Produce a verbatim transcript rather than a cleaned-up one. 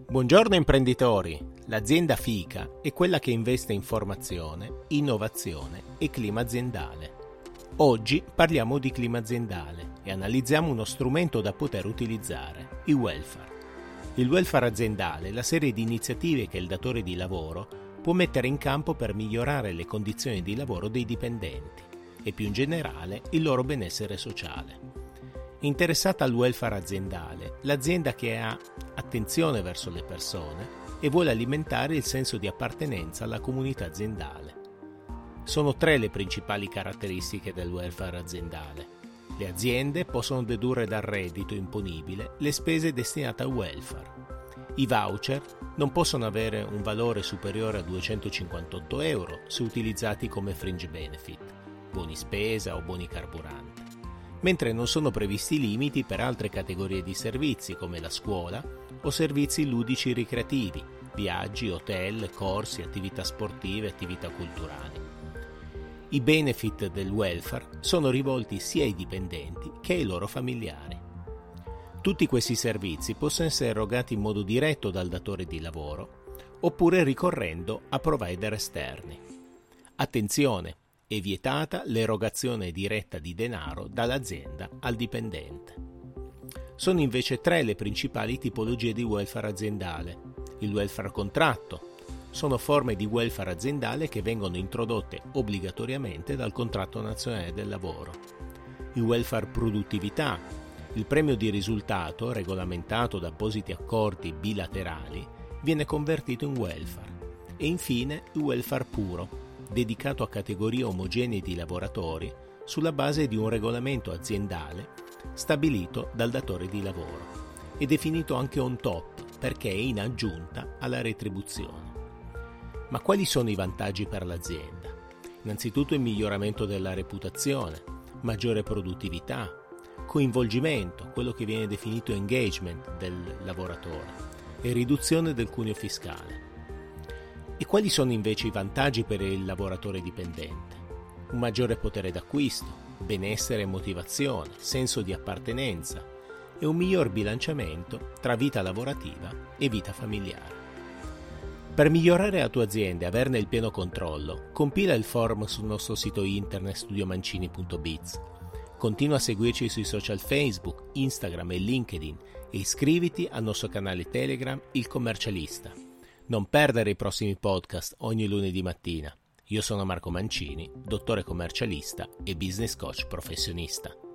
Buongiorno imprenditori! L'azienda FICA è quella che investe in formazione, innovazione e clima aziendale. Oggi parliamo di clima aziendale e analizziamo uno strumento da poter utilizzare, il welfare. Il welfare aziendale è la serie di iniziative che il datore di lavoro può mettere in campo per migliorare le condizioni di lavoro dei dipendenti e più in generale il loro benessere sociale. Interessata al welfare aziendale, l'azienda che ha attenzione verso le persone e vuole alimentare il senso di appartenenza alla comunità aziendale. Sono tre le principali caratteristiche del welfare aziendale. Le aziende possono dedurre dal reddito imponibile le spese destinate al welfare. I voucher non possono avere un valore superiore a duecentocinquantotto euro se utilizzati come fringe benefit, buoni spesa o buoni carburante, mentre non sono previsti limiti per altre categorie di servizi come la scuola o servizi ludici ricreativi, viaggi, hotel, corsi, attività sportive, attività culturali. I benefit del welfare sono rivolti sia ai dipendenti che ai loro familiari. Tutti questi servizi possono essere erogati in modo diretto dal datore di lavoro oppure ricorrendo a provider esterni. Attenzione! È vietata l'erogazione diretta di denaro dall'azienda al dipendente. Sono invece tre le principali tipologie di welfare aziendale. Il welfare contratto. Sono forme di welfare aziendale che vengono introdotte obbligatoriamente dal contratto nazionale del lavoro. Il welfare produttività. Il premio di risultato, regolamentato da appositi accordi bilaterali, viene convertito in welfare. E infine il welfare puro, dedicato a categorie omogenee di lavoratori sulla base di un regolamento aziendale stabilito dal datore di lavoro e definito anche on top perché è in aggiunta alla retribuzione. Ma quali sono i vantaggi per l'azienda? Innanzitutto il miglioramento della reputazione, maggiore produttività, coinvolgimento, quello che viene definito engagement del lavoratore e riduzione del cuneo fiscale. E quali sono invece i vantaggi per il lavoratore dipendente? Un maggiore potere d'acquisto, benessere e motivazione, senso di appartenenza e un miglior bilanciamento tra vita lavorativa e vita familiare. Per migliorare la tua azienda e averne il pieno controllo, compila il form sul nostro sito internet studio mancini punto biz. Continua a seguirci sui social Facebook, Instagram e LinkedIn e iscriviti al nostro canale Telegram Il Commercialista. Non perdere i prossimi podcast ogni lunedì mattina. Io sono Marco Mancini, dottore commercialista e business coach professionista.